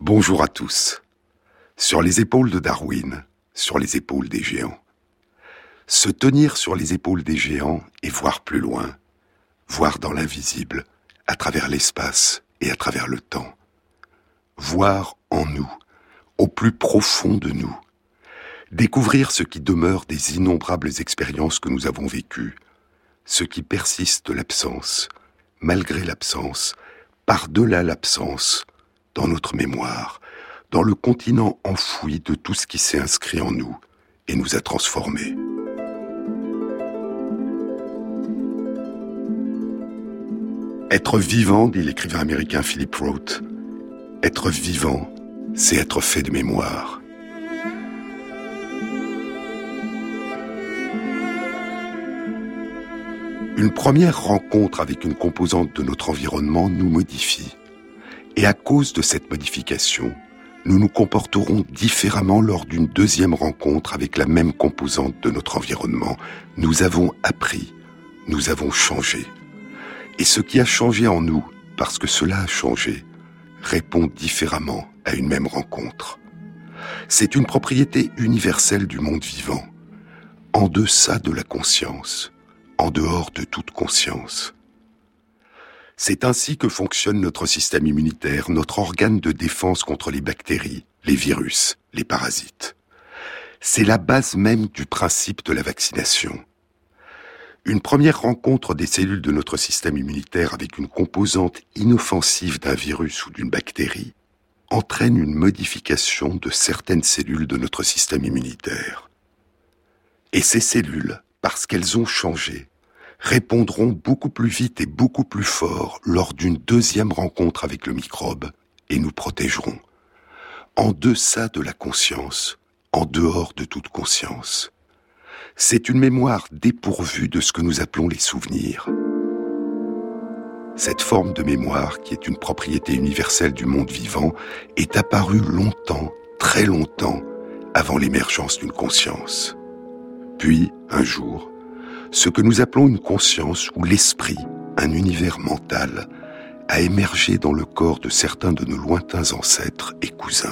Bonjour à tous. Sur les épaules de Darwin, sur les épaules des géants. Se tenir sur les épaules des géants et voir plus loin, voir dans l'invisible, à travers l'espace et à travers le temps. Voir en nous, au plus profond de nous. Découvrir ce qui demeure des innombrables expériences que nous avons vécues, ce qui persiste de l'absence, malgré l'absence, par-delà l'absence, dans notre mémoire, dans le continent enfoui de tout ce qui s'est inscrit en nous et nous a transformés. Être vivant, dit l'écrivain américain Philip Roth, être vivant, c'est être fait de mémoire. Une première rencontre avec une composante de notre environnement nous modifie. Et à cause de cette modification, nous nous comporterons différemment lors d'une deuxième rencontre avec la même composante de notre environnement. Nous avons appris, nous avons changé. Et ce qui a changé en nous, parce que cela a changé, répond différemment à une même rencontre. C'est une propriété universelle du monde vivant, en deçà de la conscience, en dehors de toute conscience. C'est ainsi que fonctionne notre système immunitaire, notre organe de défense contre les bactéries, les virus, les parasites. C'est la base même du principe de la vaccination. Une première rencontre des cellules de notre système immunitaire avec une composante inoffensive d'un virus ou d'une bactérie entraîne une modification de certaines cellules de notre système immunitaire. Et ces cellules, parce qu'elles ont changé, répondront beaucoup plus vite et beaucoup plus fort lors d'une deuxième rencontre avec le microbe et nous protégeront. En deçà de la conscience, en dehors de toute conscience. C'est une mémoire dépourvue de ce que nous appelons les souvenirs. Cette forme de mémoire, qui est une propriété universelle du monde vivant, est apparue longtemps, très longtemps, avant l'émergence d'une conscience. Puis, un jour, ce que nous appelons une conscience ou l'esprit, un univers mental, a émergé dans le corps de certains de nos lointains ancêtres et cousins.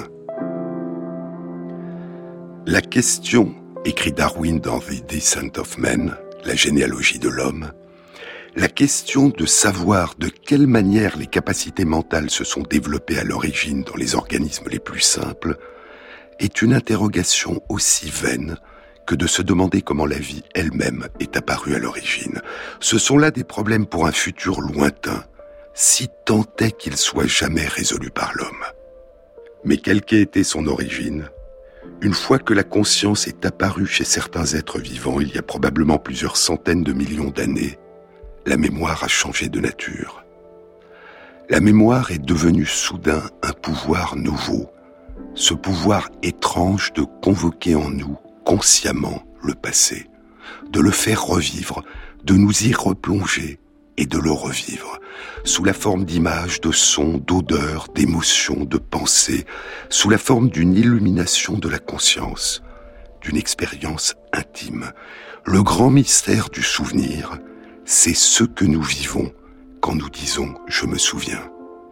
La question, écrit Darwin dans The Descent of Man, la généalogie de l'homme, la question de savoir de quelle manière les capacités mentales se sont développées à l'origine dans les organismes les plus simples, est une interrogation aussi vaine que de se demander comment la vie elle-même est apparue à l'origine. Ce sont là des problèmes pour un futur lointain, si tant est qu'il soit jamais résolu par l'homme. Mais quelle qu'ait été son origine, une fois que la conscience est apparue chez certains êtres vivants, il y a probablement plusieurs centaines de millions d'années, la mémoire a changé de nature. La mémoire est devenue soudain un pouvoir nouveau, ce pouvoir étrange de convoquer en nous consciemment le passé, de le faire revivre, de nous y replonger et de le revivre, sous la forme d'images, de sons, d'odeurs, d'émotions, de pensées, sous la forme d'une illumination de la conscience, d'une expérience intime. Le grand mystère du souvenir, c'est ce que nous vivons quand nous disons « je me souviens ».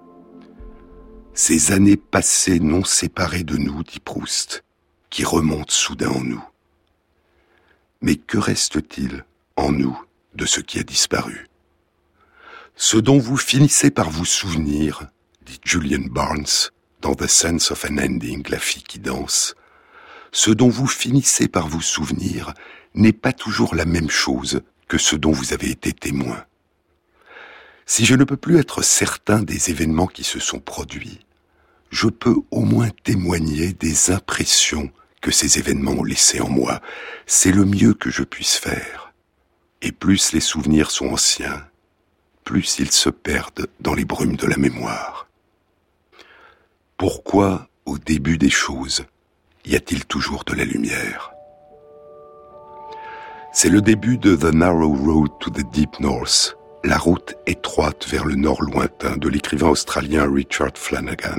Ces années passées non séparées de nous, dit Proust, qui remonte soudain en nous. Mais que reste-t-il en nous de ce qui a disparu ? Ce dont vous finissez par vous souvenir, dit Julian Barnes dans The Sense of an Ending, la fille qui danse, ce dont vous finissez par vous souvenir n'est pas toujours la même chose que ce dont vous avez été témoin. Si je ne peux plus être certain des événements qui se sont produits, je peux au moins témoigner des impressions que ces événements ont laissées en moi. C'est le mieux que je puisse faire. Et plus les souvenirs sont anciens, plus ils se perdent dans les brumes de la mémoire. Pourquoi, au début des choses, y a-t-il toujours de la lumière ? C'est le début de The Narrow Road to the Deep North, la route étroite vers le nord lointain de l'écrivain australien Richard Flanagan.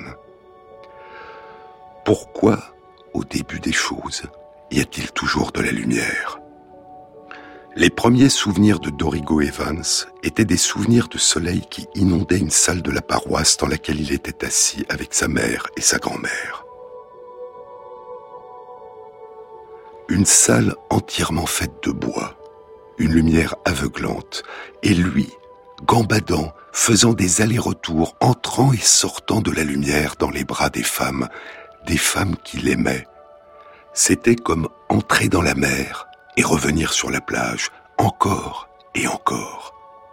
Pourquoi, au début des choses, y a-t-il toujours de la lumière ? Les premiers souvenirs de Dorigo Evans étaient des souvenirs de soleil qui inondaient une salle de la paroisse dans laquelle il était assis avec sa mère et sa grand-mère. Une salle entièrement faite de bois, une lumière aveuglante, et lui, gambadant, faisant des allers-retours, entrant et sortant de la lumière dans les bras des femmes qu'il aimait. C'était comme entrer dans la mer et revenir sur la plage, encore et encore.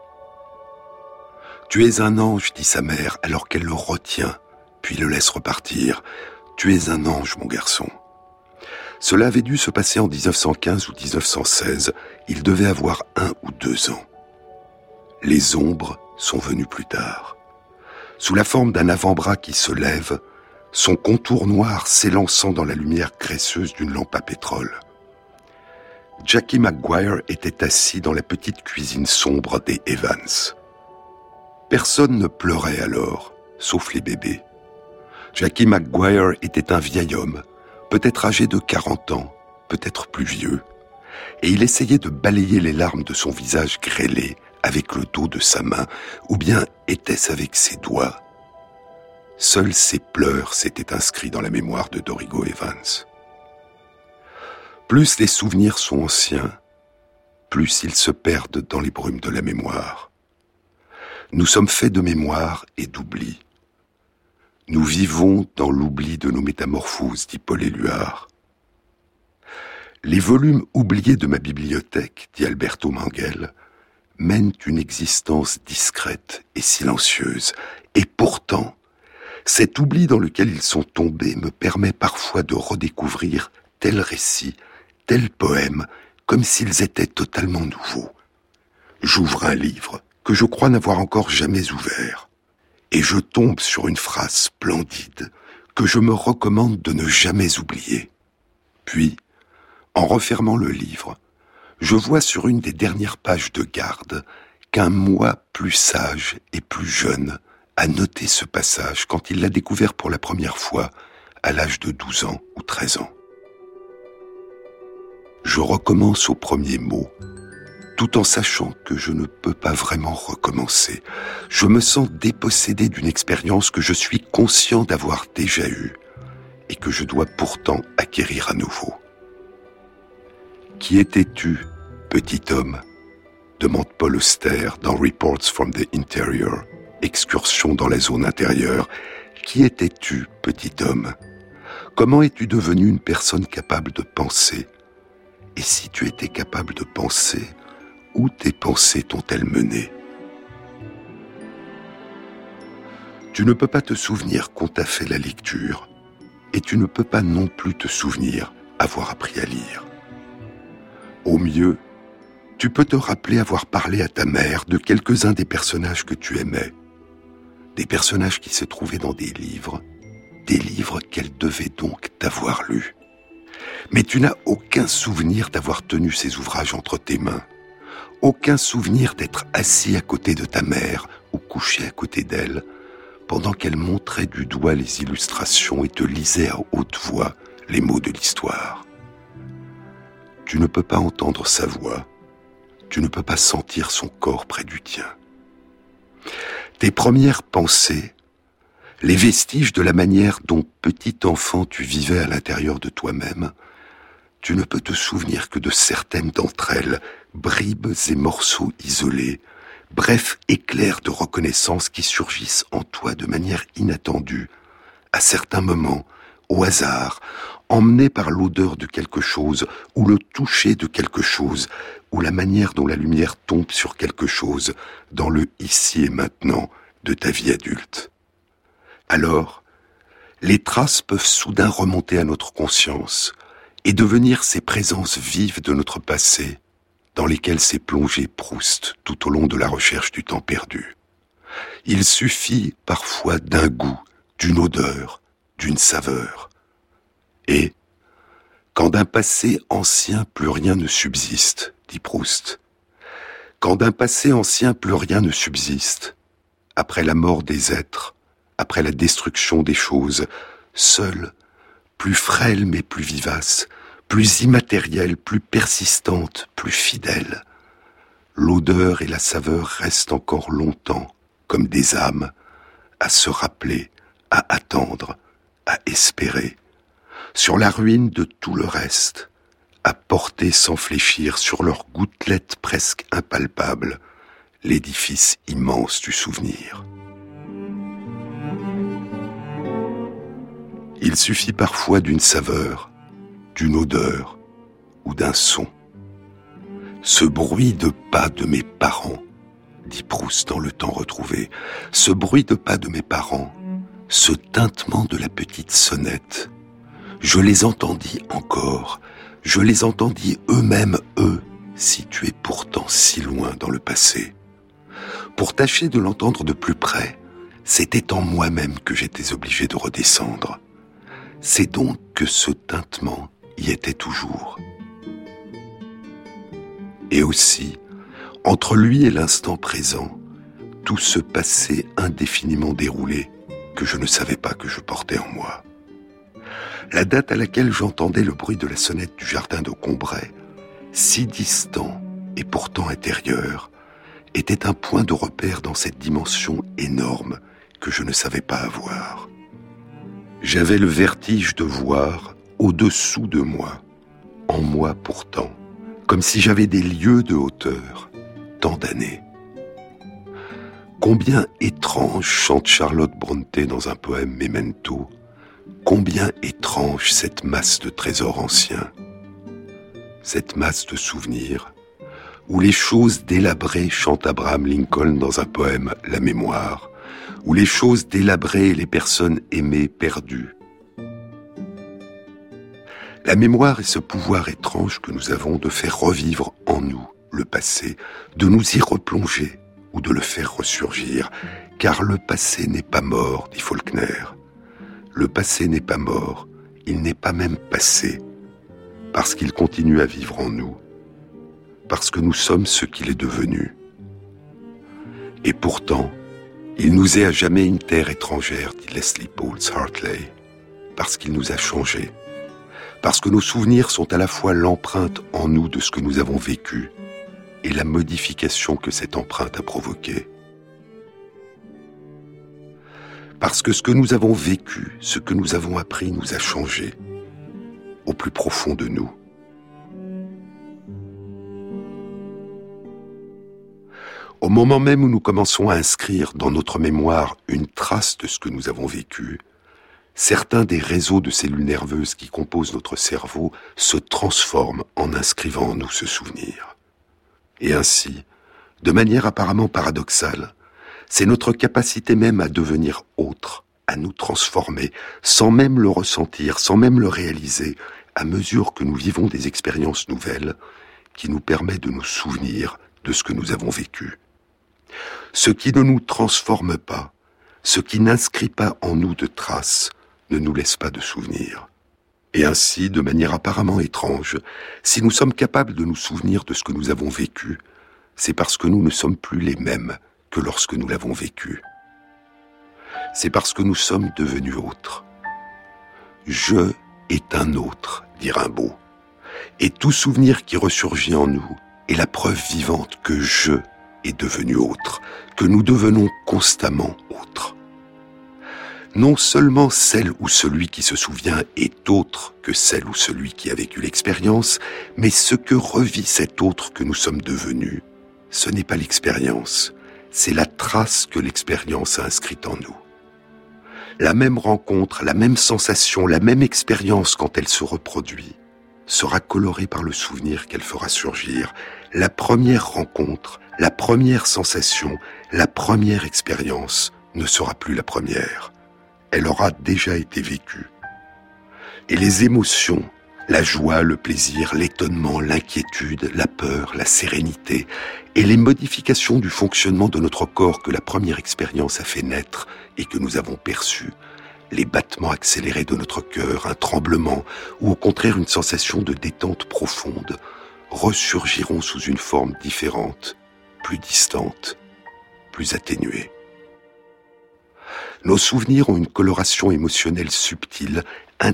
« Tu es un ange, dit sa mère, alors qu'elle le retient, puis le laisse repartir. Tu es un ange, mon garçon. » Cela avait dû se passer en 1915 ou 1916. Il devait avoir 1 ou 2 ans. Les ombres sont venues plus tard. Sous la forme d'un avant-bras qui se lève, son contour noir s'élançant dans la lumière graisseuse d'une lampe à pétrole. Jackie McGuire était assis dans la petite cuisine sombre des Evans. Personne ne pleurait alors, sauf les bébés. Jackie McGuire était un vieil homme, peut-être âgé de 40 ans, peut-être plus vieux, et il essayait de balayer les larmes de son visage grêlé avec le dos de sa main, ou bien était-ce avec ses doigts? Seuls ses pleurs s'étaient inscrits dans la mémoire de Dorigo Evans. Plus les souvenirs sont anciens, plus ils se perdent dans les brumes de la mémoire. Nous sommes faits de mémoire et d'oubli. Nous vivons dans l'oubli de nos métamorphoses, dit Paul Éluard. Les volumes oubliés de ma bibliothèque, dit Alberto Manguel, mènent une existence discrète et silencieuse. Et pourtant, cet oubli dans lequel ils sont tombés me permet parfois de redécouvrir tel récit, tel poème, comme s'ils étaient totalement nouveaux. J'ouvre un livre que je crois n'avoir encore jamais ouvert, et je tombe sur une phrase splendide que je me recommande de ne jamais oublier. Puis, en refermant le livre, je vois sur une des dernières pages de garde qu'un moi plus sage et plus jeune a noté ce passage quand il l'a découvert pour la première fois à l'âge de 12 ans ou 13 ans. Je recommence au premier mot, tout en sachant que je ne peux pas vraiment recommencer. Je me sens dépossédé d'une expérience que je suis conscient d'avoir déjà eue et que je dois pourtant acquérir à nouveau. « Qui étais-tu, petit homme ?» demande Paul Auster dans Reports from the Interior, excursion dans la zone intérieure. « Qui étais-tu, petit homme ? Comment es-tu devenu une personne capable de penser ? Et si tu étais capable de penser, où tes pensées t'ont-elles mené ? Tu ne peux pas te souvenir qu'on t'a fait la lecture, et tu ne peux pas non plus te souvenir avoir appris à lire. Au mieux, tu peux te rappeler avoir parlé à ta mère de quelques-uns des personnages que tu aimais, des personnages qui se trouvaient dans des livres qu'elle devait donc t'avoir lus. Mais tu n'as aucun souvenir d'avoir tenu ces ouvrages entre tes mains, aucun souvenir d'être assis à côté de ta mère ou couché à côté d'elle, pendant qu'elle montrait du doigt les illustrations et te lisait à haute voix les mots de l'histoire. Tu ne peux pas entendre sa voix, tu ne peux pas sentir son corps près du tien. Tes premières pensées, les vestiges de la manière dont petit enfant tu vivais à l'intérieur de toi-même, tu ne peux te souvenir que de certaines d'entre elles, bribes et morceaux isolés, brefs éclairs de reconnaissance qui surgissent en toi de manière inattendue, à certains moments, au hasard, emmenés par l'odeur de quelque chose, ou le toucher de quelque chose, ou la manière dont la lumière tombe sur quelque chose, dans le ici et maintenant de ta vie adulte. Alors, les traces peuvent soudain remonter à notre conscience et devenir ces présences vives de notre passé dans lesquelles s'est plongé Proust tout au long de la recherche du temps perdu. Il suffit parfois d'un goût, d'une odeur, d'une saveur. Et, quand d'un passé ancien plus rien ne subsiste, dit Proust, quand d'un passé ancien plus rien ne subsiste, après la mort des êtres, après la destruction des choses, seule, plus frêle mais plus vivace, plus immatérielle, plus persistante, plus fidèle, l'odeur et la saveur restent encore longtemps, comme des âmes, à se rappeler, à attendre, à espérer, sur la ruine de tout le reste, à porter sans fléchir sur leurs gouttelettes presque impalpables l'édifice immense du souvenir. Il suffit parfois d'une saveur, d'une odeur ou d'un son. Ce bruit de pas de mes parents, dit Proust dans Le Temps retrouvé, ce bruit de pas de mes parents, ce tintement de la petite sonnette, je les entendis encore, je les entendis eux-mêmes, eux, situés pourtant si loin dans le passé. Pour tâcher de l'entendre de plus près, c'était en moi-même que j'étais obligé de redescendre. C'est donc que ce tintement y était toujours. Et aussi, entre lui et l'instant présent, tout ce passé indéfiniment déroulé que je ne savais pas que je portais en moi. La date à laquelle j'entendais le bruit de la sonnette du jardin de Combray, si distant et pourtant intérieur, était un point de repère dans cette dimension énorme que je ne savais pas avoir. J'avais le vertige de voir au-dessous de moi, en moi pourtant, comme si j'avais des lieues de hauteur, tant d'années. Combien étrange chante Charlotte Brontë dans un poème Memento, combien étrange cette masse de trésors anciens, cette masse de souvenirs, où les choses délabrées chante Abraham Lincoln dans un poème La Mémoire, où les choses délabrées et les personnes aimées perdues. La mémoire est ce pouvoir étrange que nous avons de faire revivre en nous le passé, de nous y replonger ou de le faire ressurgir, car le passé n'est pas mort, dit Faulkner. Le passé n'est pas mort, il n'est pas même passé, parce qu'il continue à vivre en nous, parce que nous sommes ce qu'il est devenu. Et pourtant, il nous est à jamais une terre étrangère, dit Leslie Pauls Hartley, parce qu'il nous a changés, parce que nos souvenirs sont à la fois l'empreinte en nous de ce que nous avons vécu et la modification que cette empreinte a provoquée. Parce que ce que nous avons vécu, ce que nous avons appris nous a changés, au plus profond de nous. Au moment même où nous commençons à inscrire dans notre mémoire une trace de ce que nous avons vécu, certains des réseaux de cellules nerveuses qui composent notre cerveau se transforment en inscrivant en nous ce souvenir. Et ainsi, de manière apparemment paradoxale, c'est notre capacité même à devenir autre, à nous transformer, sans même le ressentir, sans même le réaliser, à mesure que nous vivons des expériences nouvelles, qui nous permet de nous souvenir de ce que nous avons vécu. Ce qui ne nous transforme pas, ce qui n'inscrit pas en nous de traces, ne nous laisse pas de souvenirs. Et ainsi, de manière apparemment étrange, si nous sommes capables de nous souvenir de ce que nous avons vécu, c'est parce que nous ne sommes plus les mêmes que lorsque nous l'avons vécu. C'est parce que nous sommes devenus autres. Je est un autre, dit Rimbaud. Et tout souvenir qui ressurgit en nous est la preuve vivante que je est devenu autre, que nous devenons constamment autres. Non seulement celle ou celui qui se souvient est autre que celle ou celui qui a vécu l'expérience, mais ce que revit cet autre que nous sommes devenus, ce n'est pas l'expérience, c'est la trace que l'expérience a inscrite en nous. La même rencontre, la même sensation, la même expérience quand elle se reproduit, sera colorée par le souvenir qu'elle fera surgir. La première rencontre, la première sensation, la première expérience ne sera plus la première. Elle aura déjà été vécue. Et les émotions, la joie, le plaisir, l'étonnement, l'inquiétude, la peur, la sérénité, et les modifications du fonctionnement de notre corps que la première expérience a fait naître et que nous avons perçues, les battements accélérés de notre cœur, un tremblement, ou au contraire une sensation de détente profonde, ressurgiront sous une forme différente, plus distante, plus atténuée. Nos souvenirs ont une coloration émotionnelle subtile,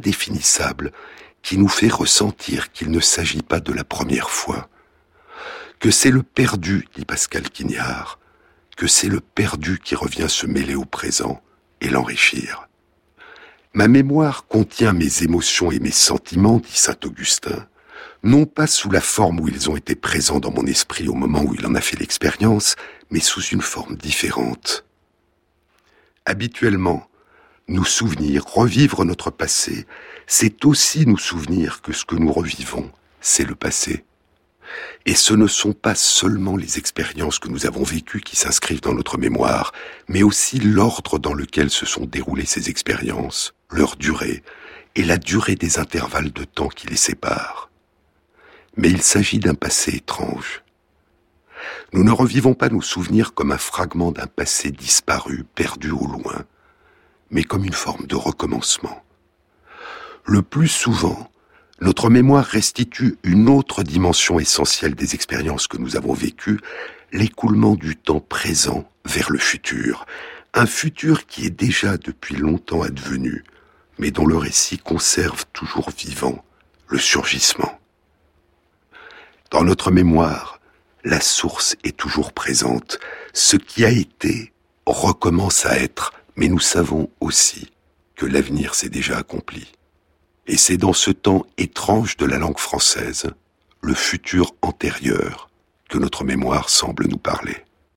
indéfinissable, qui nous fait ressentir qu'il ne s'agit pas de la première fois, que c'est le perdu, dit Pascal Quignard, que c'est le perdu qui revient se mêler au présent et l'enrichir. Ma mémoire contient mes émotions et mes sentiments, dit saint Augustin, non pas sous la forme où ils ont été présents dans mon esprit au moment où il en a fait l'expérience, mais sous une forme différente. Habituellement, nous souvenir, revivre notre passé, c'est aussi nous souvenir que ce que nous revivons, c'est le passé. Et ce ne sont pas seulement les expériences que nous avons vécues qui s'inscrivent dans notre mémoire, mais aussi l'ordre dans lequel se sont déroulées ces expériences, leur durée et la durée des intervalles de temps qui les séparent. Mais il s'agit d'un passé étrange. Nous ne revivons pas nos souvenirs comme un fragment d'un passé disparu, perdu au loin, mais comme une forme de recommencement. Le plus souvent, notre mémoire restitue une autre dimension essentielle des expériences que nous avons vécues, l'écoulement du temps présent vers le futur, un futur qui est déjà depuis longtemps advenu, mais dont le récit conserve toujours vivant le surgissement. Dans notre mémoire, la source est toujours présente. Ce qui a été recommence à être, mais nous savons aussi que l'avenir s'est déjà accompli. Et c'est dans ce temps étrange de la langue française, le futur antérieur, que notre mémoire semble nous parler.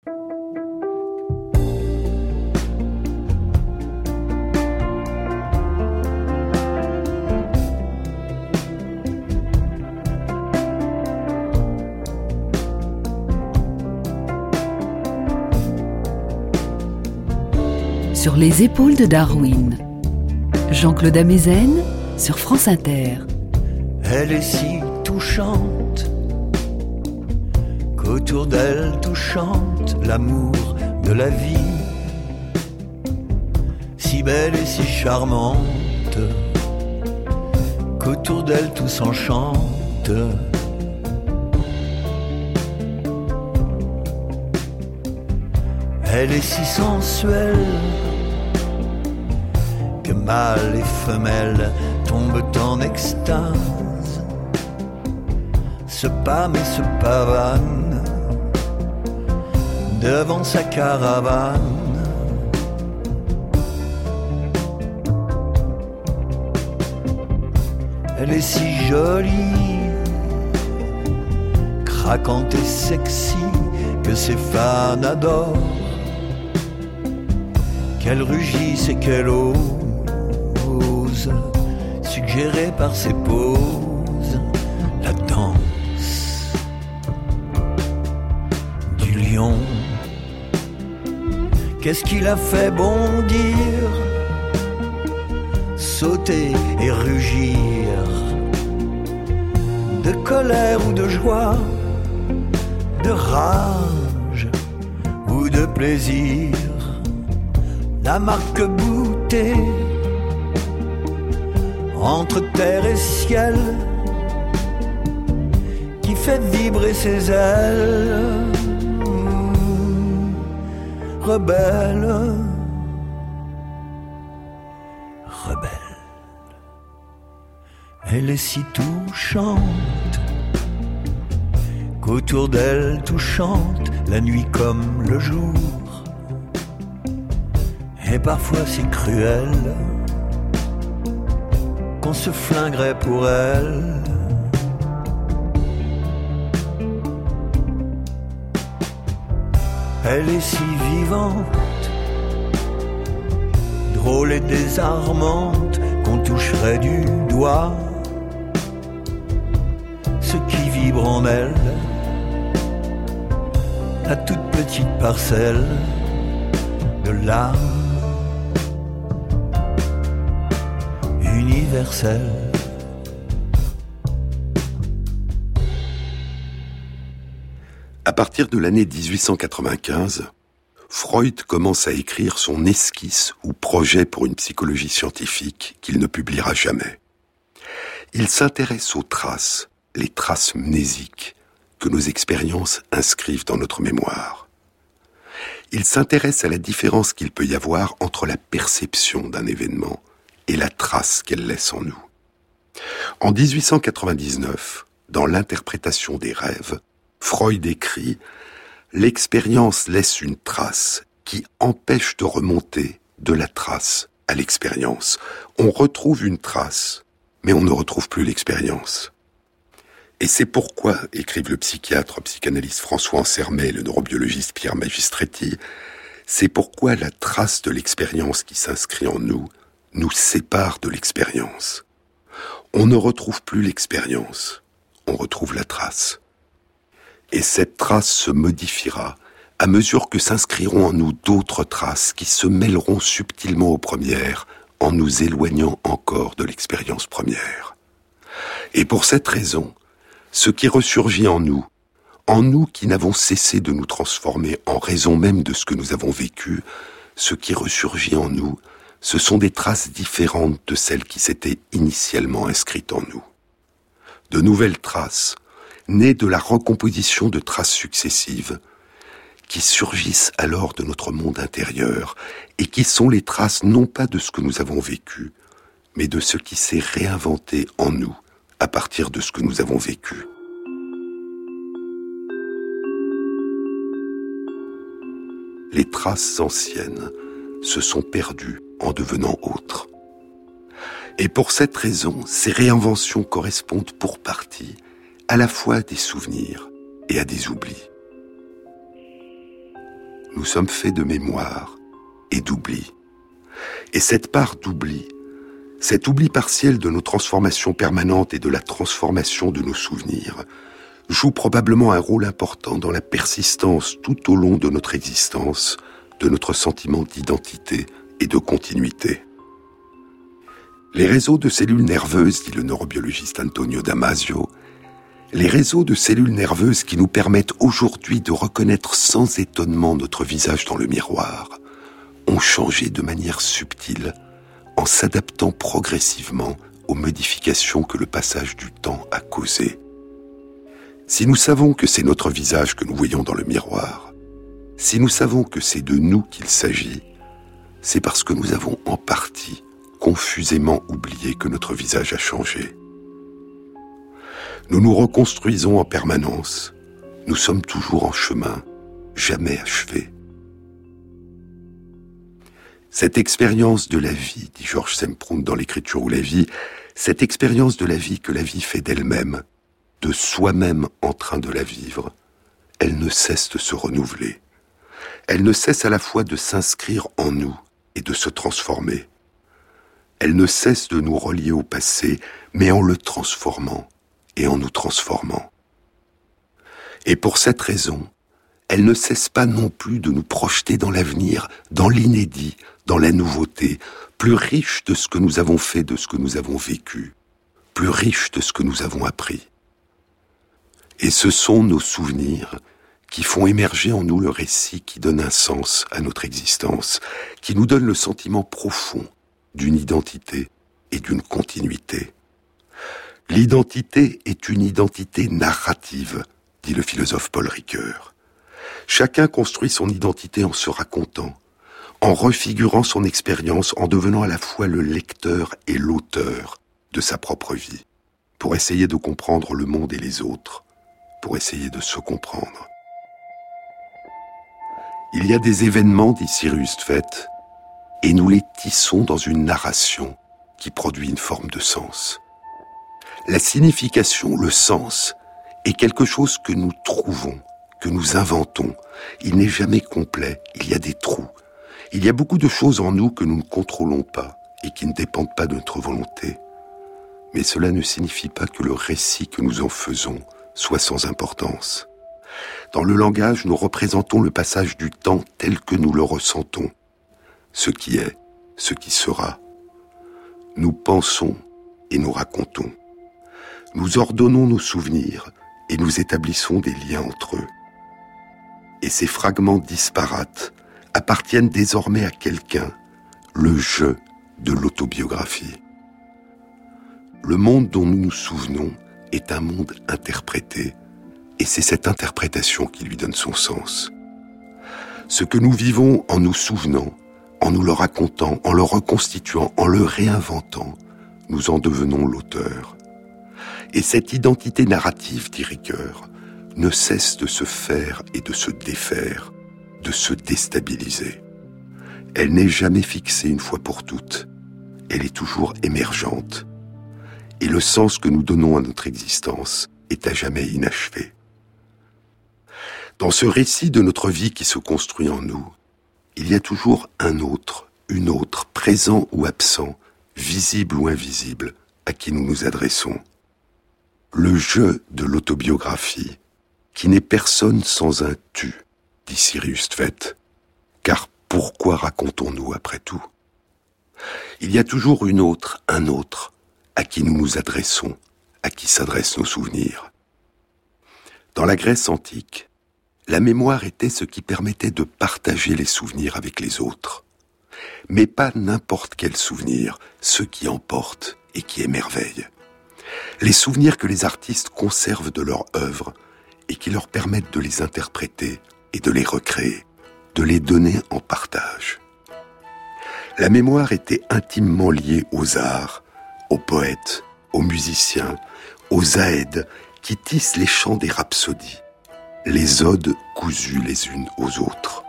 Sur les épaules de Darwin, Jean-Claude Amezen sur France Inter. Elle est si touchante qu'autour d'elle tout chante l'amour de la vie, si belle et si charmante qu'autour d'elle tout s'enchante. Elle est si sensuelle que mâle et femelle tombent en extase, se pâment et se pavanent devant sa caravane. Elle est si jolie, craquante et sexy, que ses fans adorent, qu'elle rugisse et qu'elle ose, suggérée par ses poses, la danse du lion. Qu'est-ce qui l'a fait bondir, sauter et rugir, de colère ou de joie, de rage ou de plaisir? La marque-boutée entre terre et ciel qui fait vibrer ses ailes, rebelle, rebelle. Elle est si touchante qu'autour d'elle tout chante la nuit comme le jour, et parfois c'est cruel qu'on se flinguerait pour elle. Elle est si vivante, drôle et désarmante, qu'on toucherait du doigt ce qui vibre en elle, la toute petite parcelle de l'âme universelle. À partir de l'année 1895, Freud commence à écrire son esquisse ou projet pour une psychologie scientifique qu'il ne publiera jamais. Il s'intéresse aux traces, les traces mnésiques, que nos expériences inscrivent dans notre mémoire. Il s'intéresse à la différence qu'il peut y avoir entre la perception d'un événement et la trace qu'elle laisse en nous. En 1899, dans l'interprétation des rêves, Freud écrit « L'expérience laisse une trace qui empêche de remonter de la trace à l'expérience. On retrouve une trace, mais on ne retrouve plus l'expérience. » Et c'est pourquoi, écrivent le psychanalyste François Ansermet et le neurobiologiste Pierre Magistretti, c'est pourquoi la trace de l'expérience qui s'inscrit en nous nous sépare de l'expérience. On ne retrouve plus l'expérience, on retrouve la trace. Et cette trace se modifiera à mesure que s'inscriront en nous d'autres traces qui se mêleront subtilement aux premières en nous éloignant encore de l'expérience première. Et pour cette raison, ce qui ressurgit en nous qui n'avons cessé de nous transformer en raison même de ce que nous avons vécu, ce qui ressurgit en nous, ce sont des traces différentes de celles qui s'étaient initialement inscrites en nous. De nouvelles traces, nées de la recomposition de traces successives, qui surgissent alors de notre monde intérieur et qui sont les traces non pas de ce que nous avons vécu, mais de ce qui s'est réinventé en nous à partir de ce que nous avons vécu. Les traces anciennes se sont perdues en devenant autres. Et pour cette raison, ces réinventions correspondent pour partie à la fois à des souvenirs et à des oublis. Nous sommes faits de mémoire et d'oubli. Et cette part d'oubli, cet oubli partiel de nos transformations permanentes et de la transformation de nos souvenirs, joue probablement un rôle important dans la persistance tout au long de notre existence, de notre sentiment d'identité et de continuité. Les réseaux de cellules nerveuses, dit le neurobiologiste Antonio Damasio, les réseaux de cellules nerveuses qui nous permettent aujourd'hui de reconnaître sans étonnement notre visage dans le miroir, ont changé de manière subtile en s'adaptant progressivement aux modifications que le passage du temps a causées. Si nous savons que c'est notre visage que nous voyons dans le miroir, si nous savons que c'est de nous qu'il s'agit, c'est parce que nous avons en partie confusément oublié que notre visage a changé. Nous nous reconstruisons en permanence, nous sommes toujours en chemin, jamais achevé. Cette expérience de la vie, dit Georges Semprún dans l'Écriture ou la vie, cette expérience de la vie que la vie fait d'elle-même, de soi-même en train de la vivre, elle ne cesse de se renouveler. Elle ne cesse à la fois de s'inscrire en nous et de se transformer. Elle ne cesse de nous relier au passé, mais en le transformant et en nous transformant. Et pour cette raison, elle ne cesse pas non plus de nous projeter dans l'avenir, dans l'inédit, dans la nouveauté, plus riche de ce que nous avons fait, de ce que nous avons vécu, plus riche de ce que nous avons appris. Et ce sont nos souvenirs qui font émerger en nous le récit qui donne un sens à notre existence, qui nous donne le sentiment profond d'une identité et d'une continuité. L'identité est une identité narrative, dit le philosophe Paul Ricoeur. Chacun construit son identité en se racontant, en refigurant son expérience, en devenant à la fois le lecteur et l'auteur de sa propre vie, pour essayer de comprendre le monde et les autres, pour essayer de se comprendre. Il y a des événements, dit Cyrus Tvet, et nous les tissons dans une narration qui produit une forme de sens. La signification, le sens, est quelque chose que nous trouvons, que nous inventons. Il n'est jamais complet, il y a des trous. Il y a beaucoup de choses en nous que nous ne contrôlons pas et qui ne dépendent pas de notre volonté. Mais cela ne signifie pas que le récit que nous en faisons soit sans importance. Dans le langage, nous représentons le passage du temps tel que nous le ressentons. Ce qui est, ce qui sera. Nous pensons et nous racontons. Nous ordonnons nos souvenirs et nous établissons des liens entre eux. Et ces fragments disparates appartiennent désormais à quelqu'un, le je de l'autobiographie. Le monde dont nous nous souvenons est un monde interprété, et c'est cette interprétation qui lui donne son sens. Ce que nous vivons en nous souvenant, en nous le racontant, en le reconstituant, en le réinventant, nous en devenons l'auteur. Et cette identité narrative, dit Ricoeur, ne cesse de se faire et de se défaire, de se déstabiliser. Elle n'est jamais fixée une fois pour toutes. Elle est toujours émergente. Et le sens que nous donnons à notre existence est à jamais inachevé. Dans ce récit de notre vie qui se construit en nous, il y a toujours un autre, une autre, présent ou absent, visible ou invisible, à qui nous nous adressons. Le jeu de l'autobiographie, qui n'est personne sans un « tu », dit Sirius Tvet, car pourquoi racontons-nous après tout ? Il y a toujours une autre, un autre, à qui nous nous adressons, à qui s'adressent nos souvenirs. Dans la Grèce antique, la mémoire était ce qui permettait de partager les souvenirs avec les autres. Mais pas n'importe quel souvenir, ceux qui emportent et qui émerveillent. Les souvenirs que les artistes conservent de leur œuvre et qui leur permettent de les interpréter et de les recréer, de les donner en partage. La mémoire était intimement liée aux arts, aux poètes, aux musiciens, aux aèdes qui tissent les chants des rhapsodies, les odes cousues les unes aux autres.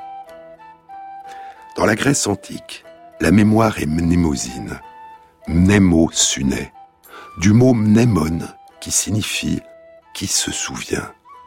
Dans la Grèce antique, la mémoire est mnémosine, mnémo suné, du mot mnémon qui signifie « qui se souvient ».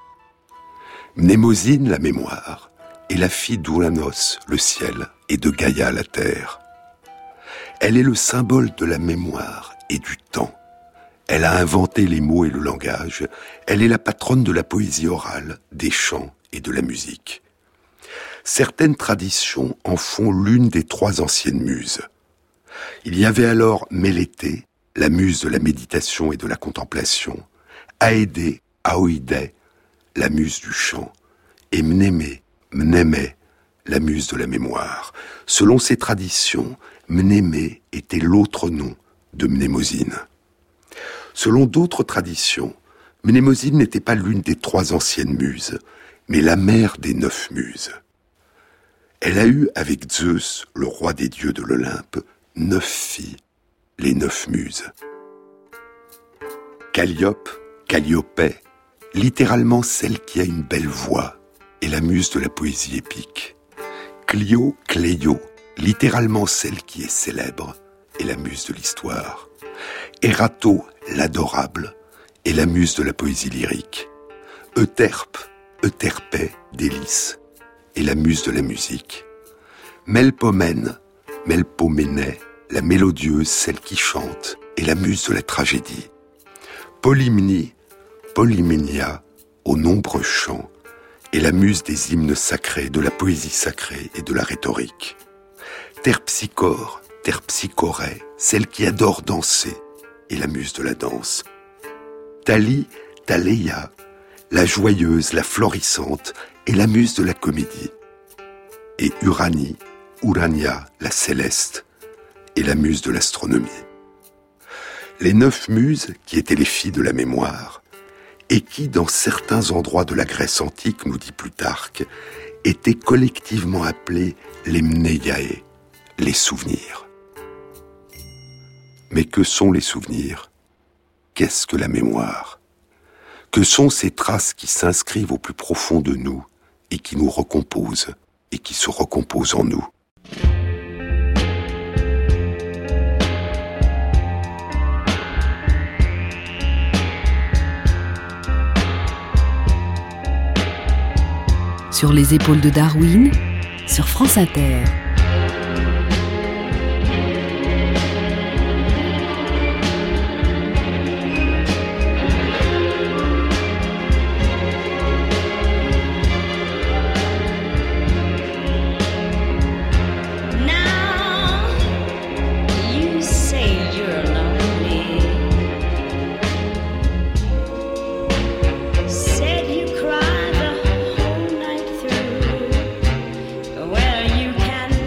Mnémosine, la mémoire, est la fille d'Ouranos, le ciel, et de Gaïa, la terre. Elle est le symbole de la mémoire et du temps. Elle a inventé les mots et le langage. Elle est la patronne de la poésie orale, des chants et de la musique. Certaines traditions en font l'une des 3 anciennes muses. Il y avait alors Mélété, la muse de la méditation et de la contemplation, Aédée, Aoïdée, la muse du chant, et Mnémée, Mnémée, la muse de la mémoire. Selon ces traditions, Mnémée était l'autre nom de Mnémosine. Selon d'autres traditions, Mnémosine n'était pas l'une des 3 anciennes muses, mais la mère des 9 muses. Elle a eu avec Zeus, le roi des dieux de l'Olympe, 9 filles, les 9 muses. Calliope, Calliopée, littéralement celle qui a une belle voix, est la muse de la poésie épique. Clio, Cléio, littéralement celle qui est célèbre, est la muse de l'histoire. Erato, l'adorable, est la muse de la poésie lyrique. Euterpe, Euterpé, délice, est la muse de la musique. Melpomène, Melpoménée, la mélodieuse, celle qui chante, est la muse de la tragédie. Polymnie, Polyménia, aux nombreux chants, est la muse des hymnes sacrés, de la poésie sacrée et de la rhétorique. Terpsichore, Terpsichorée, celle qui adore danser, est la muse de la danse. Thalie, Thaléia, la joyeuse, la florissante, est la muse de la comédie. Et Uranie, Urania, la céleste, est la muse de l'astronomie. Les 9 muses, qui étaient les filles de la mémoire, et qui, dans certains endroits de la Grèce antique, nous dit Plutarque, étaient collectivement appelées les mnéiae, les souvenirs. Mais que sont les souvenirs ? Qu'est-ce que la mémoire ? Que sont ces traces qui s'inscrivent au plus profond de nous et qui nous recomposent et qui se recomposent en nous ? Sur les épaules de Darwin, sur France Inter. Well, you can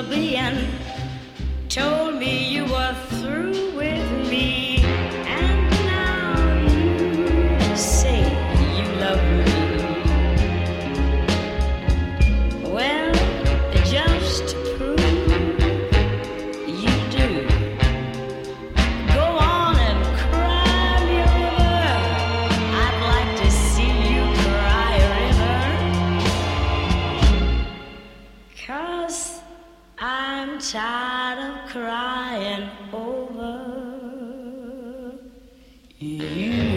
be and told me you were through with me. And now you say you love me. Well, just to prove you do, go on and cry me over. I'd like to see you cry a river. 'Cause I'm tired of crying over you.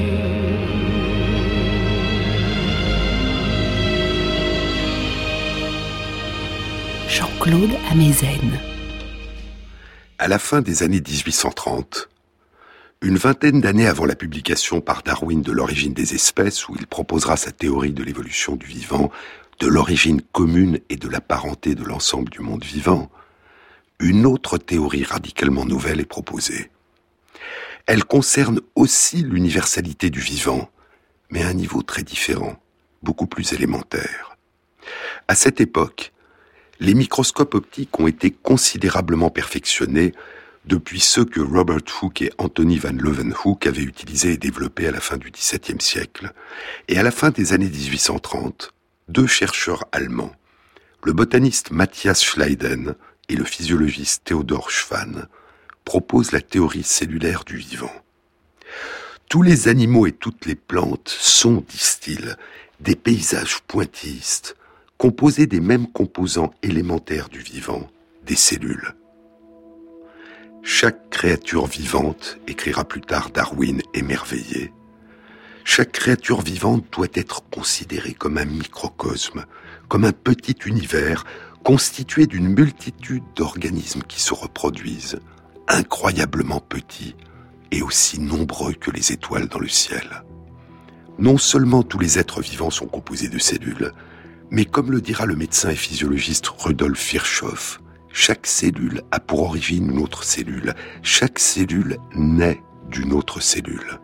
Jean-Claude Amezen. À la fin des années 1830, une vingtaine d'années avant la publication par Darwin de l'origine des espèces, où il proposera sa théorie de l'évolution du vivant, de l'origine commune et de la parenté de l'ensemble du monde vivant, une autre théorie radicalement nouvelle est proposée. Elle concerne aussi l'universalité du vivant, mais à un niveau très différent, beaucoup plus élémentaire. À cette époque, les microscopes optiques ont été considérablement perfectionnés depuis ceux que Robert Hooke et Anthony van Leeuwenhoek avaient utilisés et développés à la fin du XVIIe siècle. Et à la fin des années 1830, deux chercheurs allemands, le botaniste Matthias Schleiden et le physiologiste Theodor Schwann, proposent la théorie cellulaire du vivant. Tous les animaux et toutes les plantes sont, disent-ils, des paysages pointillistes, composés des mêmes composants élémentaires du vivant, des cellules. Chaque créature vivante, écrira plus tard Darwin émerveillé, chaque créature vivante doit être considérée comme un microcosme, comme un petit univers constitué d'une multitude d'organismes qui se reproduisent, incroyablement petits et aussi nombreux que les étoiles dans le ciel. Non seulement tous les êtres vivants sont composés de cellules, mais comme le dira le médecin et physiologiste Rudolf Virchow, chaque cellule a pour origine une autre cellule. Chaque cellule naît d'une autre cellule.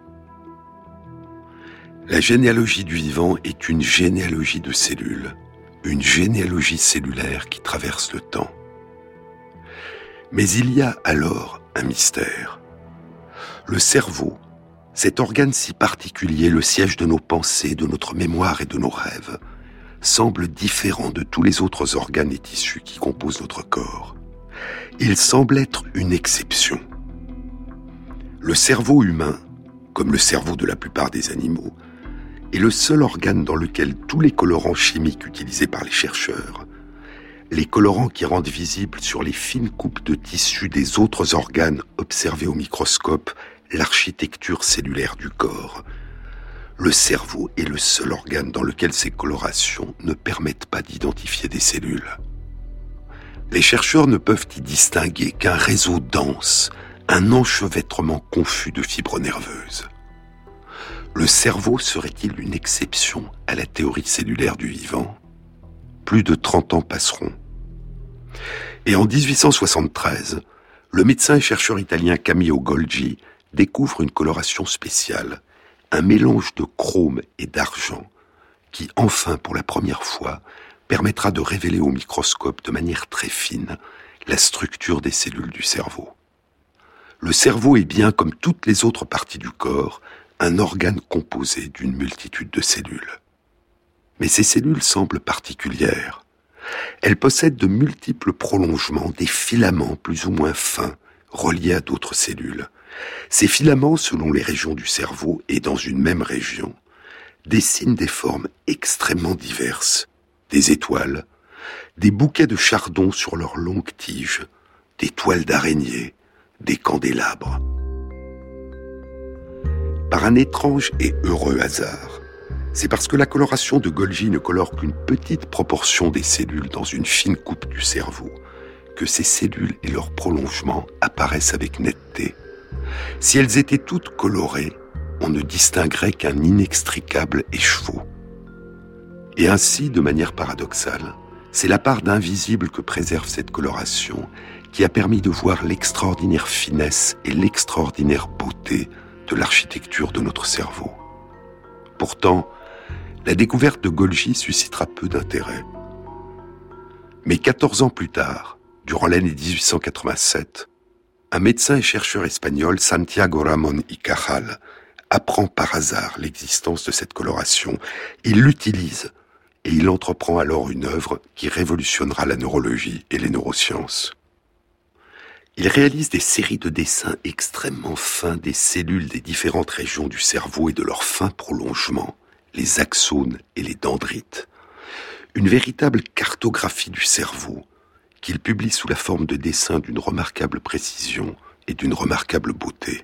La généalogie du vivant est une généalogie de cellules, une généalogie cellulaire qui traverse le temps. Mais il y a alors un mystère. Le cerveau, cet organe si particulier, le siège de nos pensées, de notre mémoire et de nos rêves, semble différent de tous les autres organes et tissus qui composent notre corps. Il semble être une exception. Le cerveau humain, comme le cerveau de la plupart des animaux, est le seul organe dans lequel tous les colorants chimiques utilisés par les chercheurs, les colorants qui rendent visible sur les fines coupes de tissu des autres organes observés au microscope l'architecture cellulaire du corps, le cerveau est le seul organe dans lequel ces colorations ne permettent pas d'identifier des cellules. Les chercheurs ne peuvent y distinguer qu'un réseau dense, un enchevêtrement confus de fibres nerveuses. Le cerveau serait-il une exception à la théorie cellulaire du vivant ? Plus de 30 ans passeront. Et en 1873, le médecin et chercheur italien Camillo Golgi découvre une coloration spéciale, un mélange de chrome et d'argent qui, enfin, pour la première fois, permettra de révéler au microscope de manière très fine la structure des cellules du cerveau. Le cerveau est bien, comme toutes les autres parties du corps, un organe composé d'une multitude de cellules. Mais ces cellules semblent particulières. Elles possèdent de multiples prolongements, des filaments plus ou moins fins, reliés à d'autres cellules. Ces filaments, selon les régions du cerveau et dans une même région, dessinent des formes extrêmement diverses, des étoiles, des bouquets de chardons sur leurs longues tiges, des toiles d'araignée, des candélabres. Par un étrange et heureux hasard, c'est parce que la coloration de Golgi ne colore qu'une petite proportion des cellules dans une fine coupe du cerveau, que ces cellules et leurs prolongements apparaissent avec netteté. Si elles étaient toutes colorées, on ne distinguerait qu'un inextricable écheveau. Et ainsi, de manière paradoxale, c'est la part d'invisible que préserve cette coloration qui a permis de voir l'extraordinaire finesse et l'extraordinaire beauté de l'architecture de notre cerveau. Pourtant, la découverte de Golgi suscitera peu d'intérêt. Mais 14 ans plus tard, durant l'année 1887, un médecin et chercheur espagnol, Santiago Ramón y Cajal, apprend par hasard l'existence de cette coloration. Il l'utilise et il entreprend alors une œuvre qui révolutionnera la neurologie et les neurosciences. Il réalise des séries de dessins extrêmement fins des cellules des différentes régions du cerveau et de leurs fins prolongements, les axones et les dendrites. Une véritable cartographie du cerveau qu'il publie sous la forme de dessins d'une remarquable précision et d'une remarquable beauté.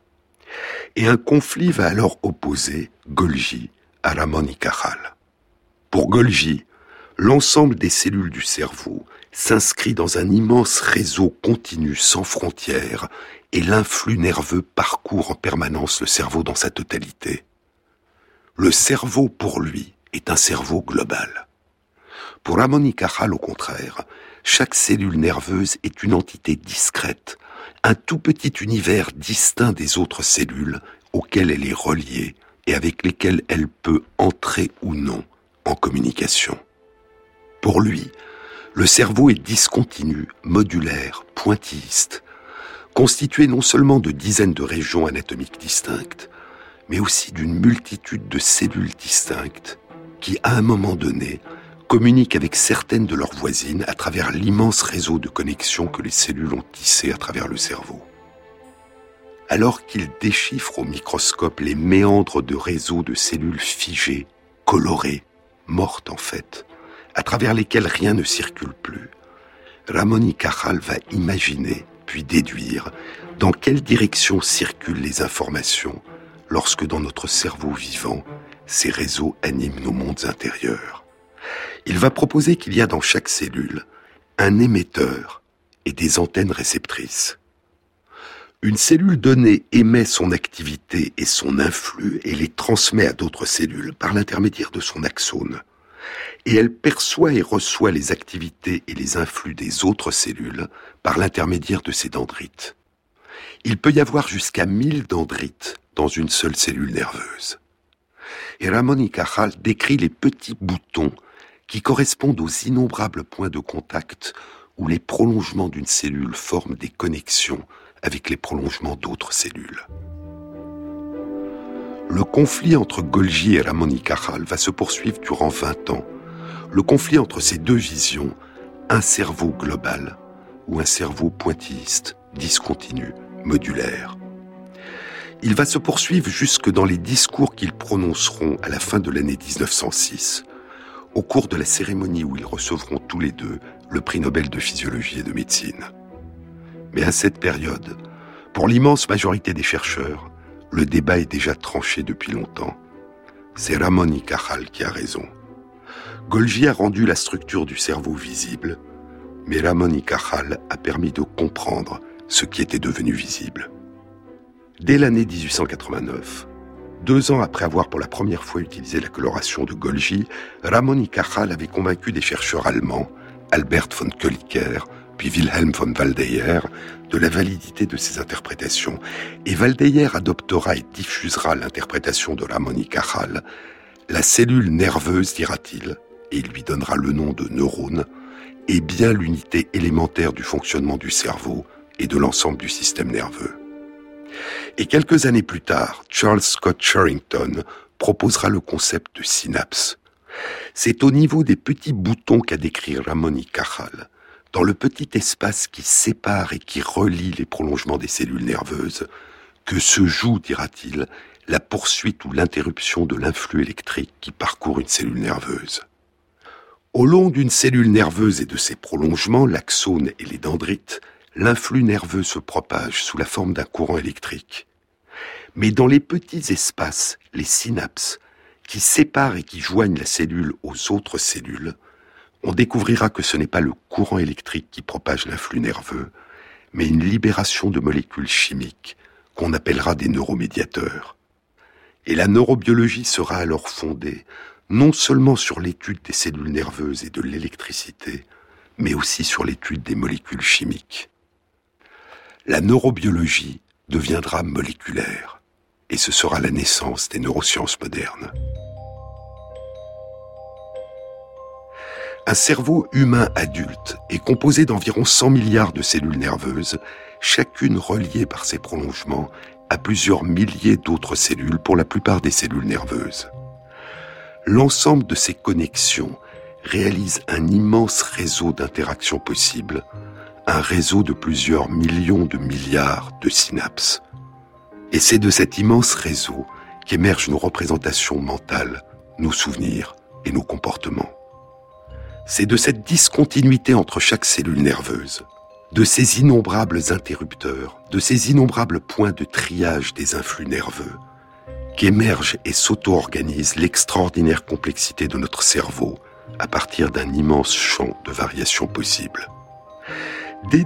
Et un conflit va alors opposer Golgi à Ramón y Cajal. Pour Golgi, l'ensemble des cellules du cerveau s'inscrit dans un immense réseau continu sans frontières et l'influx nerveux parcourt en permanence le cerveau dans sa totalité. Le cerveau, pour lui, est un cerveau global. Pour Ramón y Cajal, au contraire, chaque cellule nerveuse est une entité discrète, un tout petit univers distinct des autres cellules auxquelles elle est reliée et avec lesquelles elle peut entrer ou non en communication. Pour lui, le cerveau est discontinu, modulaire, pointilliste, constitué non seulement de dizaines de régions anatomiques distinctes, mais aussi d'une multitude de cellules distinctes qui, à un moment donné, communiquent avec certaines de leurs voisines à travers l'immense réseau de connexions que les cellules ont tissé à travers le cerveau. Alors qu'il déchiffre au microscope les méandres de réseaux de cellules figées, colorées, mortes en fait, à travers lesquelles rien ne circule plus, Ramón y Cajal va imaginer, puis déduire, dans quelle direction circulent les informations lorsque dans notre cerveau vivant, ces réseaux animent nos mondes intérieurs. Il va proposer qu'il y a dans chaque cellule un émetteur et des antennes réceptrices. Une cellule donnée émet son activité et son influx et les transmet à d'autres cellules par l'intermédiaire de son axone. Et elle perçoit et reçoit les activités et les influx des autres cellules par l'intermédiaire de ses dendrites. Il peut y avoir jusqu'à 1000 dendrites dans une seule cellule nerveuse. Et Ramón y Cajal décrit les petits boutons qui correspondent aux innombrables points de contact où les prolongements d'une cellule forment des connexions avec les prolongements d'autres cellules. Le conflit entre Golgi et Ramón y Cajal va se poursuivre durant 20 ans. Le conflit entre ces deux visions, un cerveau global ou un cerveau pointilliste, discontinu, modulaire. Il va se poursuivre jusque dans les discours qu'ils prononceront à la fin de l'année 1906, au cours de la cérémonie où ils recevront tous les deux le prix Nobel de physiologie et de médecine. Mais à cette période, pour l'immense majorité des chercheurs, le débat est déjà tranché depuis longtemps. C'est Ramón y Cajal qui a raison. Golgi a rendu la structure du cerveau visible, mais Ramón y Cajal a permis de comprendre ce qui était devenu visible. Dès l'année 1889, 2 ans après avoir pour la première fois utilisé la coloration de Golgi, Ramón y Cajal avait convaincu des chercheurs allemands, Albert von Kolliker, puis Wilhelm von Waldeyer, de la validité de ces interprétations. Et Waldeyer adoptera et diffusera l'interprétation de Ramón y Cajal. La cellule nerveuse, dira-t-il, et il lui donnera le nom de neurone, est bien l'unité élémentaire du fonctionnement du cerveau et de l'ensemble du système nerveux. Et quelques années plus tard, Charles Scott Sherrington proposera le concept de synapse. C'est au niveau des petits boutons qu'a décrit Ramón y Cajal, dans le petit espace qui sépare et qui relie les prolongements des cellules nerveuses, que se joue, dira-t-il, la poursuite ou l'interruption de l'influx électrique qui parcourt une cellule nerveuse. Au long d'une cellule nerveuse et de ses prolongements, l'axone et les dendrites, l'influx nerveux se propage sous la forme d'un courant électrique. Mais dans les petits espaces, les synapses, qui séparent et qui joignent la cellule aux autres cellules, on découvrira que ce n'est pas le courant électrique qui propage l'influx nerveux, mais une libération de molécules chimiques qu'on appellera des neuromédiateurs. Et la neurobiologie sera alors fondée non seulement sur l'étude des cellules nerveuses et de l'électricité, mais aussi sur l'étude des molécules chimiques. La neurobiologie deviendra moléculaire, et ce sera la naissance des neurosciences modernes. Un cerveau humain adulte est composé d'environ 100 milliards de cellules nerveuses, chacune reliée par ses prolongements à plusieurs milliers d'autres cellules, pour la plupart des cellules nerveuses. L'ensemble de ces connexions réalise un immense réseau d'interactions possibles, un réseau de plusieurs millions de milliards de synapses. Et c'est de cet immense réseau qu'émergent nos représentations mentales, nos souvenirs et nos comportements. C'est de cette discontinuité entre chaque cellule nerveuse, de ces innombrables interrupteurs, de ces innombrables points de triage des influx nerveux, qu'émerge et s'auto-organise l'extraordinaire complexité de notre cerveau à partir d'un immense champ de variations possibles. Dès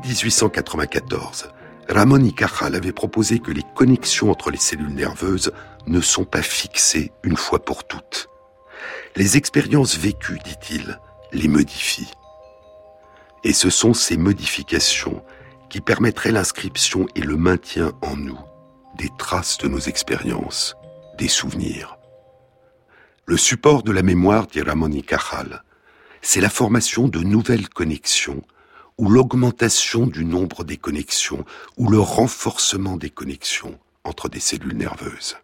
1894, Ramón y Cajal avait proposé que les connexions entre les cellules nerveuses ne sont pas fixées une fois pour toutes. Les expériences vécues, dit-il, les modifient. Et ce sont ces modifications qui permettraient l'inscription et le maintien en nous des traces de nos expériences, des souvenirs. Le support de la mémoire, dit Ramón y Cajal, c'est la formation de nouvelles connexions ou l'augmentation du nombre des connexions ou le renforcement des connexions entre des cellules nerveuses.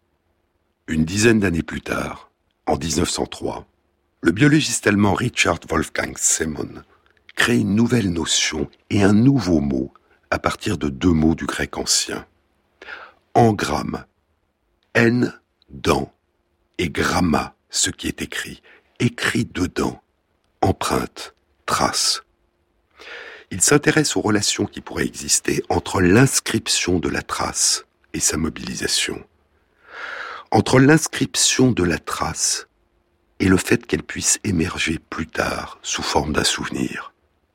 Une dizaine d'années plus tard, en 1903, le biologiste allemand Richard Wolfgang Semon crée une nouvelle notion et un nouveau mot à partir de deux mots du grec ancien. Engramme, N dans, et gramma, ce qui est écrit dedans, empreinte, trace. Il s'intéresse aux relations qui pourraient exister entre l'inscription de la trace et sa mobilisation. Entre l'inscription de la trace et le fait qu'elle puisse émerger plus tard sous forme d'un souvenir.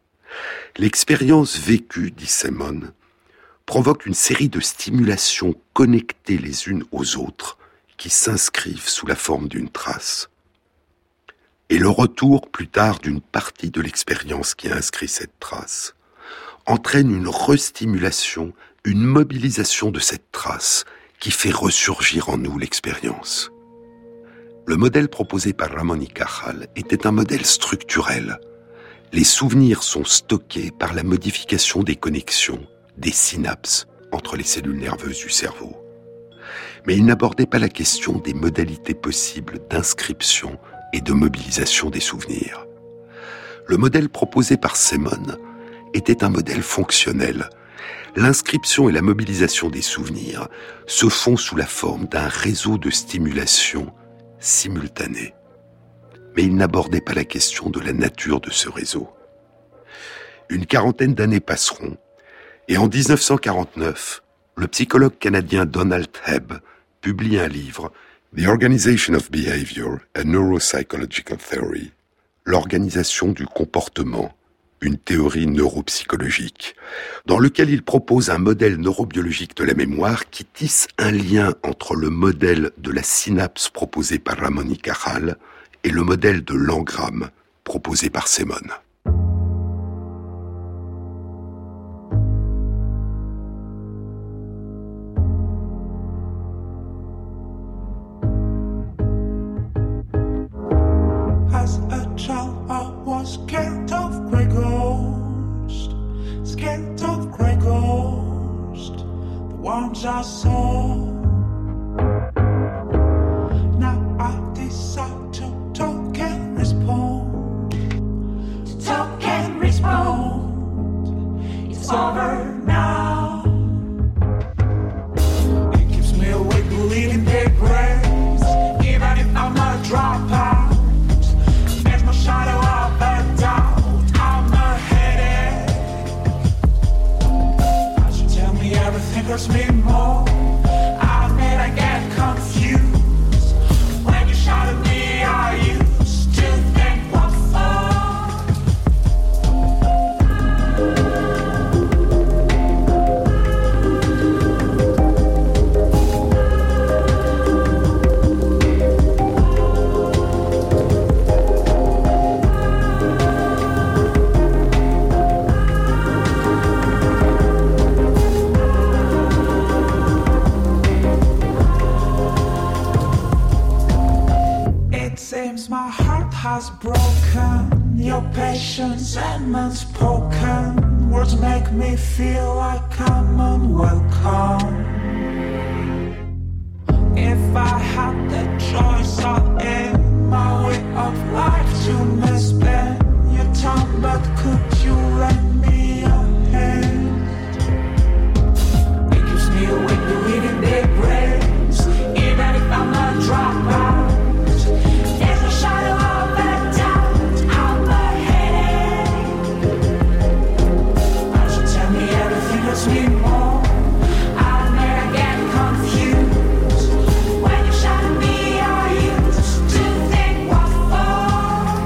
L'expérience vécue, dit Semon, provoque une série de stimulations connectées les unes aux autres qui s'inscrivent sous la forme d'une trace. Et le retour plus tard d'une partie de l'expérience qui a inscrit cette trace entraîne une restimulation, une mobilisation de cette trace qui fait ressurgir en nous l'expérience. Le modèle proposé par Ramón y Cajal était un modèle structurel. Les souvenirs sont stockés par la modification des connexions, des synapses entre les cellules nerveuses du cerveau. Mais il n'abordait pas la question des modalités possibles d'inscription et de mobilisation des souvenirs. Le modèle proposé par Semon était un modèle fonctionnel. L'inscription et la mobilisation des souvenirs se font sous la forme d'un réseau de stimulation simultané. Mais il n'abordait pas la question de la nature de ce réseau. Une quarantaine d'années passeront, et en 1949, le psychologue canadien Donald Hebb publie un livre, The Organization of Behavior, a Neuropsychological Theory, l'organisation du comportement, une théorie neuropsychologique, dans lequel il propose un modèle neurobiologique de la mémoire qui tisse un lien entre le modèle de la synapse proposé par Ramón y Cajal et le modèle de l'engramme proposé par Semon. As a child, I was scared of grey ghosts, scared of grey ghosts, the ones I saw. Now I decide to talk and respond, to talk and respond. It's over now. It keeps me awake, believing their grace, even if I'm a dropout. Shadow of a doubt, I'm a headache. I should tell me everything hurts me more. I admit I get confused. When you shout at me, I used to think what for. Seems my heart has broken. your patience and unspoken words make me feel like I'm unwelcome. If I had the choice, I'll end my way of life to misspend your time, but could you lend me a hand? It keeps me awake, the reading big brains, even if I'm a dropout. There's a shadow of a doubt I'm ahead. Why don't you tell me everything that's me more? I'll never get confused. When you shadow me, I used to think what for.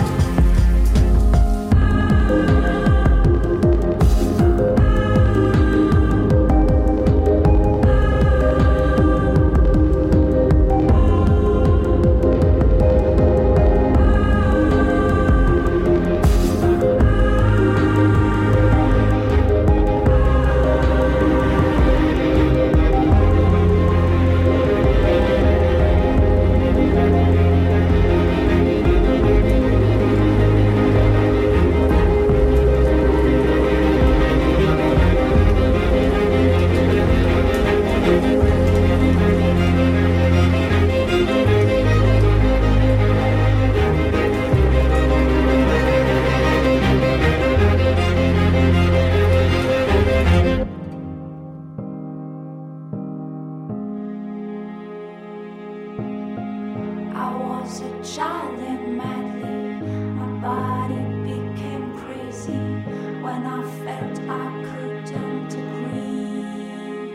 I was a child and madly my body became crazy when I felt I couldn't agree.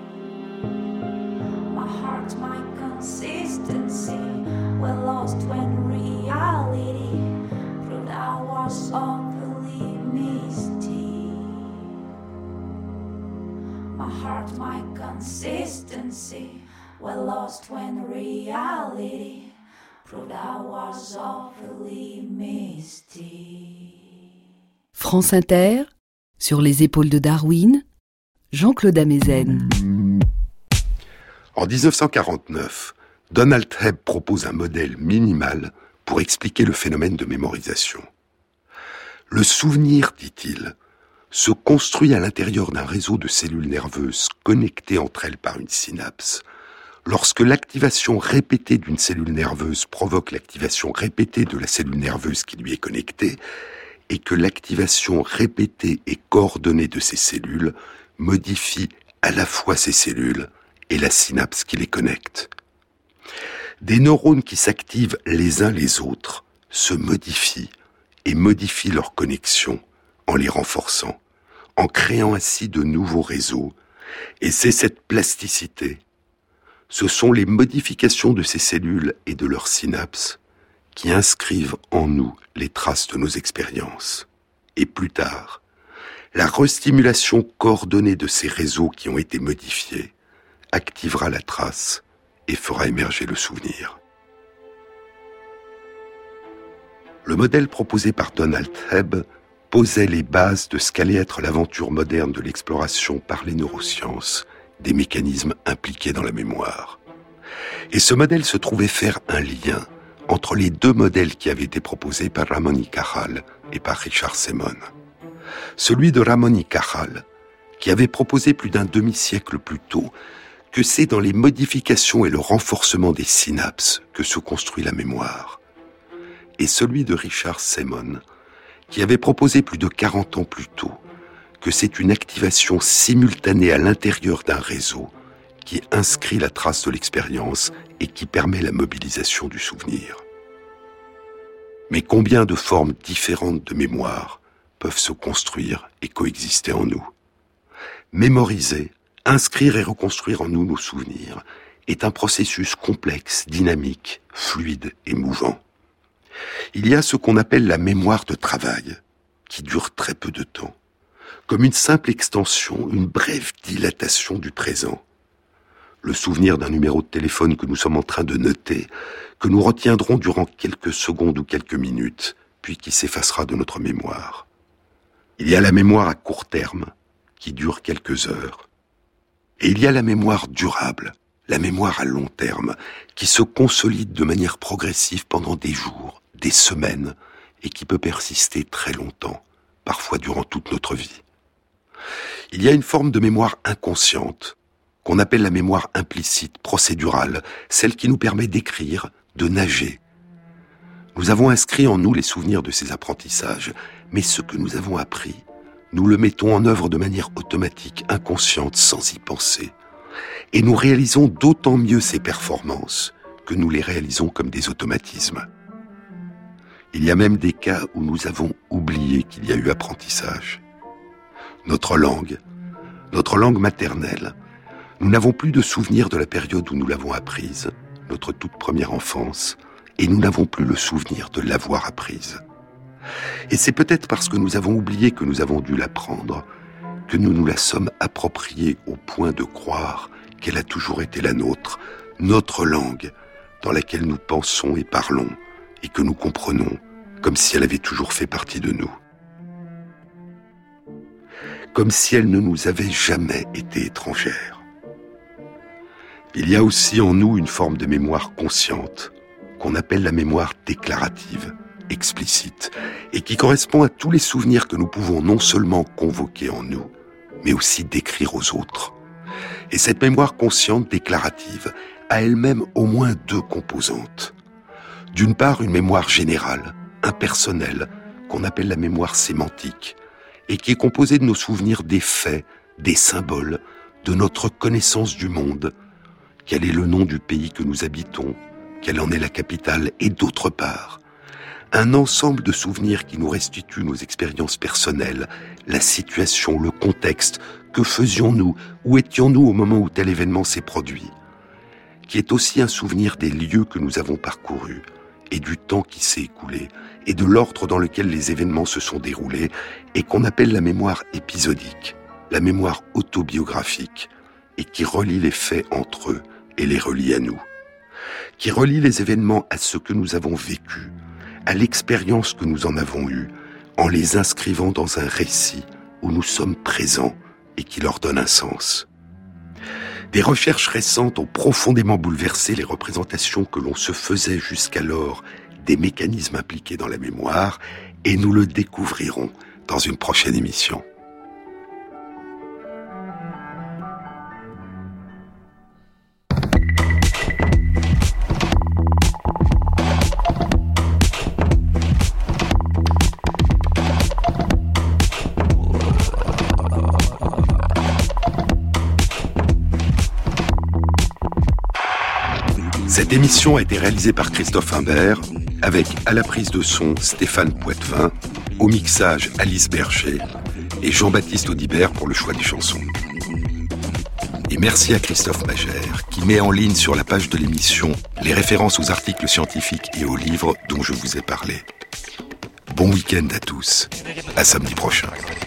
My heart, my consistency were lost when reality proved I was overly misty. My heart, my consistency were lost when reality proved I was overly misty. France Inter, sur les épaules de Darwin, Jean-Claude Amezen. En 1949, Donald Hebb propose un modèle minimal pour expliquer le phénomène de mémorisation. Le souvenir, dit-il, se construit à l'intérieur d'un réseau de cellules nerveuses connectées entre elles par une synapse, lorsque l'activation répétée d'une cellule nerveuse provoque l'activation répétée de la cellule nerveuse qui lui est connectée, et que l'activation répétée et coordonnée de ces cellules modifie à la fois ces cellules et la synapse qui les connecte. Des neurones qui s'activent les uns les autres se modifient et modifient leurs connexions en les renforçant, en créant ainsi de nouveaux réseaux. Et c'est cette plasticité, ce sont les modifications de ces cellules et de leurs synapses qui inscrivent en nous les traces de nos expériences. Et plus tard, la restimulation coordonnée de ces réseaux qui ont été modifiés activera la trace et fera émerger le souvenir. Le modèle proposé par Donald Hebb posait les bases de ce qu'allait être l'aventure moderne de l'exploration par les neurosciences des mécanismes impliqués dans la mémoire. Et ce modèle se trouvait faire un lien entre les deux modèles qui avaient été proposés par Ramón y Cajal et par Richard Semon. Celui de Ramón y Cajal, qui avait proposé plus d'un demi-siècle plus tôt que c'est dans les modifications et le renforcement des synapses que se construit la mémoire. Et celui de Richard Semon, qui avait proposé plus de 40 ans plus tôt que c'est une activation simultanée à l'intérieur d'un réseau qui inscrit la trace de l'expérience et qui permet la mobilisation du souvenir. Mais combien de formes différentes de mémoire peuvent se construire et coexister en nous? Mémoriser, inscrire et reconstruire en nous nos souvenirs est un processus complexe, dynamique, fluide et mouvant. Il y a ce qu'on appelle la mémoire de travail, qui dure très peu de temps, comme une simple extension, une brève dilatation du présent. Le souvenir d'un numéro de téléphone que nous sommes en train de noter, que nous retiendrons durant quelques secondes ou quelques minutes, puis qui s'effacera de notre mémoire. Il y a la mémoire à court terme, qui dure quelques heures. Et il y a la mémoire durable, la mémoire à long terme, qui se consolide de manière progressive pendant des jours, des semaines, et qui peut persister très longtemps, parfois durant toute notre vie. Il y a une forme de mémoire inconsciente, qu'on appelle la mémoire implicite, procédurale, celle qui nous permet d'écrire, de nager. Nous avons inscrit en nous les souvenirs de ces apprentissages, mais ce que nous avons appris, nous le mettons en œuvre de manière automatique, inconsciente, sans y penser. Et nous réalisons d'autant mieux ces performances que nous les réalisons comme des automatismes. Il y a même des cas où nous avons oublié qu'il y a eu apprentissage. Notre langue maternelle, nous n'avons plus de souvenir de la période où nous l'avons apprise, notre toute première enfance, et nous n'avons plus le souvenir de l'avoir apprise. Et c'est peut-être parce que nous avons oublié que nous avons dû l'apprendre, que nous nous la sommes appropriée au point de croire qu'elle a toujours été la nôtre, notre langue, dans laquelle nous pensons et parlons, et que nous comprenons, comme si elle avait toujours fait partie de nous. Comme si elle ne nous avait jamais été étrangère. Il y a aussi en nous une forme de mémoire consciente, qu'on appelle la mémoire déclarative, explicite, et qui correspond à tous les souvenirs que nous pouvons non seulement convoquer en nous, mais aussi décrire aux autres. Et cette mémoire consciente déclarative a elle-même au moins deux composantes. D'une part, une mémoire générale, impersonnelle, qu'on appelle la mémoire sémantique, et qui est composée de nos souvenirs des faits, des symboles, de notre connaissance du monde, quel est le nom du pays que nous habitons, quelle en est la capitale, et d'autre part, un ensemble de souvenirs qui nous restituent nos expériences personnelles, la situation, le contexte, que faisions-nous, où étions-nous au moment où tel événement s'est produit, qui est aussi un souvenir des lieux que nous avons parcourus, et du temps qui s'est écoulé, et de l'ordre dans lequel les événements se sont déroulés, et qu'on appelle la mémoire épisodique, la mémoire autobiographique, et qui relie les faits entre eux et les relie à nous, qui relie les événements à ce que nous avons vécu, à l'expérience que nous en avons eue, en les inscrivant dans un récit où nous sommes présents et qui leur donne un sens. Des recherches récentes ont profondément bouleversé les représentations que l'on se faisait jusqu'alors des mécanismes impliqués dans la mémoire, et nous le découvrirons dans une prochaine émission. Cette émission a été réalisée par Christophe Imbert, avec à la prise de son Stéphane Poitvin, au mixage Alice Berger et Jean-Baptiste Audibert pour le choix des chansons. Et merci à Christophe Magère qui met en ligne sur la page de l'émission les références aux articles scientifiques et aux livres dont je vous ai parlé. Bon week-end à tous, à samedi prochain.